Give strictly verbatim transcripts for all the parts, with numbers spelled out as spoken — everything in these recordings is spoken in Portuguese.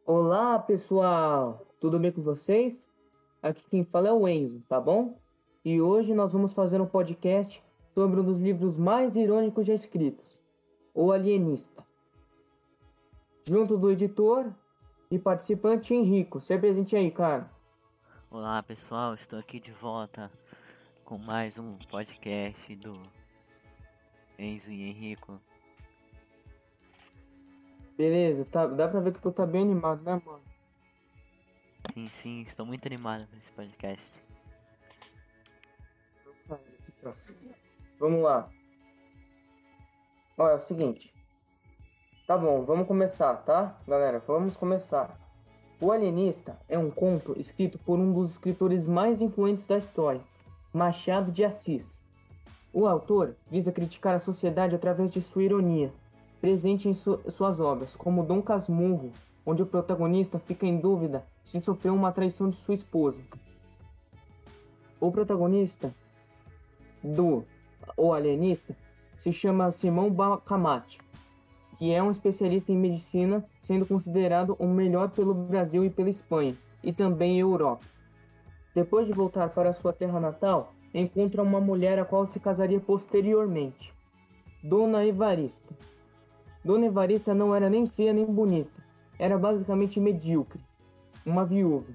Olá, pessoal! Tudo bem com vocês? Aqui quem fala é o Enzo, tá bom? E hoje nós vamos fazer um podcast sobre um dos livros mais irônicos já escritos, O Alienista. Junto do editor e participante Henrico. Se presente aí, cara. Olá pessoal, estou aqui de volta com mais um podcast do Enzo e Henrico. Beleza, tá, dá pra ver que tu tá bem animado, né, mano? Sim, sim, estou muito animado por esse podcast. Vamos lá. Olha, é o seguinte. Tá bom, vamos começar, tá? Galera, vamos começar. O Alienista é um conto escrito por um dos escritores mais influentes da história, Machado de Assis. O autor visa criticar a sociedade através de sua ironia, presente em su suas obras, como Dom Casmurro, onde o protagonista fica em dúvida se sofreu uma traição de sua esposa. O protagonista do O Alienista se chama Simão Bacamarte, que é um especialista em medicina, sendo considerado o melhor pelo Brasil e pela Espanha, e também Europa. Depois de voltar para sua terra natal, encontra uma mulher a qual se casaria posteriormente, Dona Evarista. Dona Evarista não era nem feia nem bonita, era basicamente medíocre, uma viúva.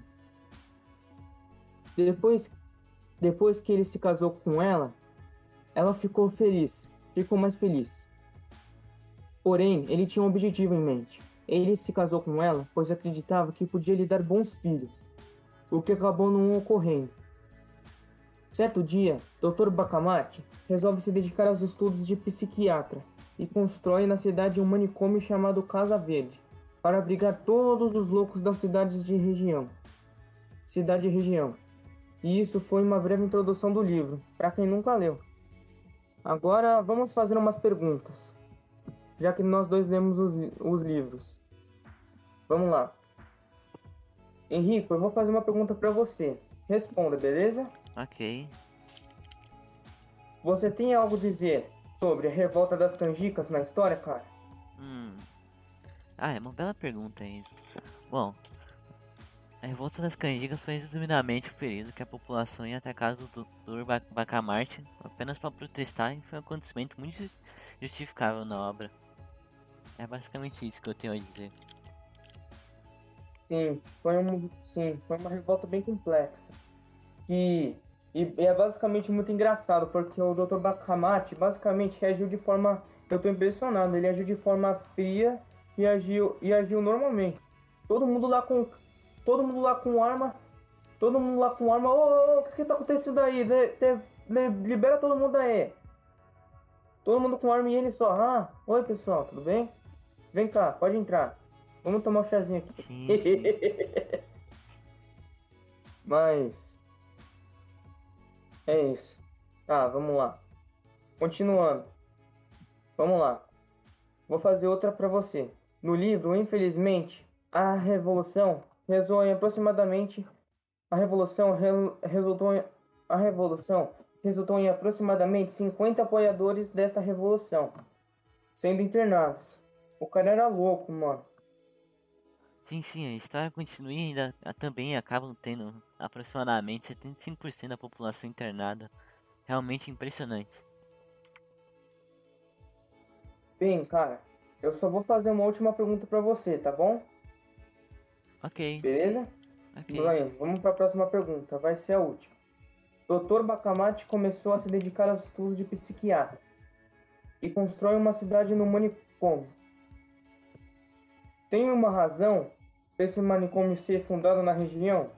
Depois, depois que ele se casou com ela, ela ficou feliz, ficou mais feliz. Porém, ele tinha um objetivo em mente. Ele se casou com ela, pois acreditava que podia lhe dar bons filhos, o que acabou não ocorrendo. Certo dia, doutor Bacamarte resolve se dedicar aos estudos de psiquiatra e constrói na cidade um manicômio chamado Casa Verde, para abrigar todos os loucos das cidades de região. Cidade e região. E isso foi uma breve introdução do livro, para quem nunca leu. Agora vamos fazer umas perguntas, já que nós dois lemos os, os livros. Vamos lá. Henrico, eu vou fazer uma pergunta para você. Responda, beleza? Ok. Você tem algo a dizer sobre a revolta das canjicas na história, cara? Hum. Ah, é uma bela pergunta isso. Bom, a Revolta das Canjigas foi resumidamente o período que a população ia até a casa do doutor Bacamarte apenas para protestar e foi um acontecimento muito justificável na obra. É basicamente isso que eu tenho a dizer. Sim, foi um, sim, foi uma revolta bem complexa. Que, e, e é basicamente muito engraçado, porque o doutor Bacamarte basicamente reagiu de forma. Eu tô impressionado, ele agiu de forma fria e agiu, e agiu normalmente. Todo mundo lá com. Todo mundo lá com arma. Todo mundo lá com arma. Ô, ô, ô, o que que tá acontecendo aí? Le- te- le- libera todo mundo aí. Todo mundo com arma e ele só. Ah, oi pessoal, tudo bem? Vem cá, pode entrar. Vamos tomar um chazinho aqui. Sim, sim. Mas é isso. Tá, vamos lá. Continuando. Vamos lá. Vou fazer outra para você. No livro, infelizmente, a revolução resultou em aproximadamente a revolução re- resultou em, a revolução resultou em aproximadamente cinquenta apoiadores desta revolução sendo internados. O cara era louco, mano. Sim, sim, a história continua e ainda ah, também acabam tendo aproximadamente setenta e cinco por cento da população internada. Realmente impressionante. Bem, cara, eu só vou fazer uma última pergunta para você, tá bom? Ok, Beleza? ok. Bem, vamos para a próxima pergunta, vai ser a última. doutor Bacamarte começou a se dedicar aos estudos de psiquiatra e constrói uma cidade no manicômio. Tem uma razão para esse manicômio ser fundado na região?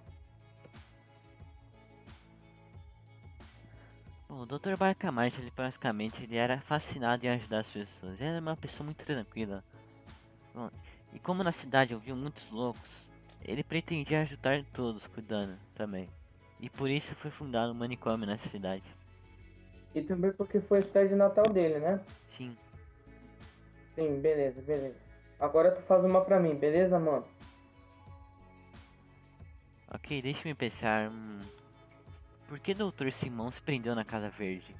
Bom, o doutor Barcamarte, ele basicamente ele era fascinado em ajudar as pessoas. Ele era uma pessoa muito tranquila. Bom, e como na cidade ouviam muitos loucos, ele pretendia ajudar todos cuidando também. E por isso foi fundado um manicômio nessa cidade. E também porque foi a cidade natal dele, né? Sim, Sim, beleza, beleza. Agora tu faz uma pra mim, beleza, mano? ok, deixa-me pensar. Hum, por que doutor Simão se prendeu na Casa Verde?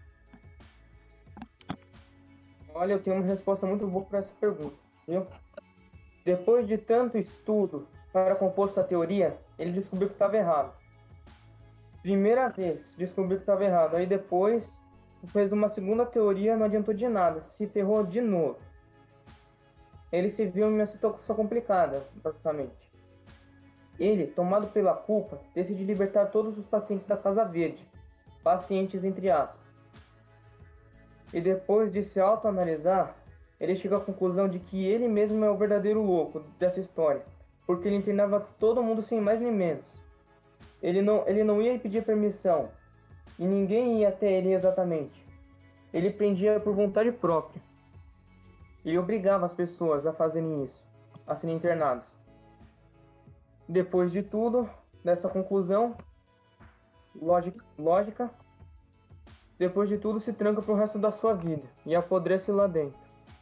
Olha, eu tenho uma resposta muito boa para essa pergunta, viu? Depois de tanto estudo para compor sua teoria, ele descobriu que estava errado. Primeira vez, descobriu que estava errado. Aí depois, fez uma segunda teoria, não adiantou de nada, se ferrou de novo. Ele se viu em uma situação complicada, basicamente. Ele, tomado pela culpa, decide libertar todos os pacientes da Casa Verde. Pacientes entre aspas. E depois de se autoanalisar, ele chega à conclusão de que ele mesmo é o verdadeiro louco dessa história, porque ele internava todo mundo sem mais nem menos. Ele não, ele não ia pedir permissão, e ninguém ia até ele exatamente. Ele prendia por vontade própria. Ele obrigava as pessoas a fazerem isso, a serem internados. Depois de tudo, dessa conclusão, lógica, lógica, depois de tudo se tranca pro resto da sua vida e apodrece lá dentro.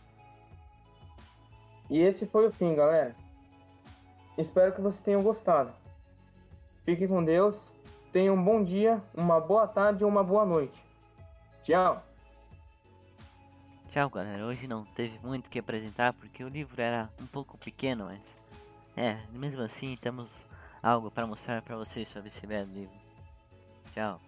E esse foi o fim, galera. Espero que vocês tenham gostado. Fiquem com Deus, tenham um bom dia, uma boa tarde ou uma boa noite. Tchau! Tchau, galera. Hoje não teve muito o que apresentar porque o livro era um pouco pequeno, mas é, mesmo assim temos algo para mostrar para vocês sobre esse belo livro. Tchau.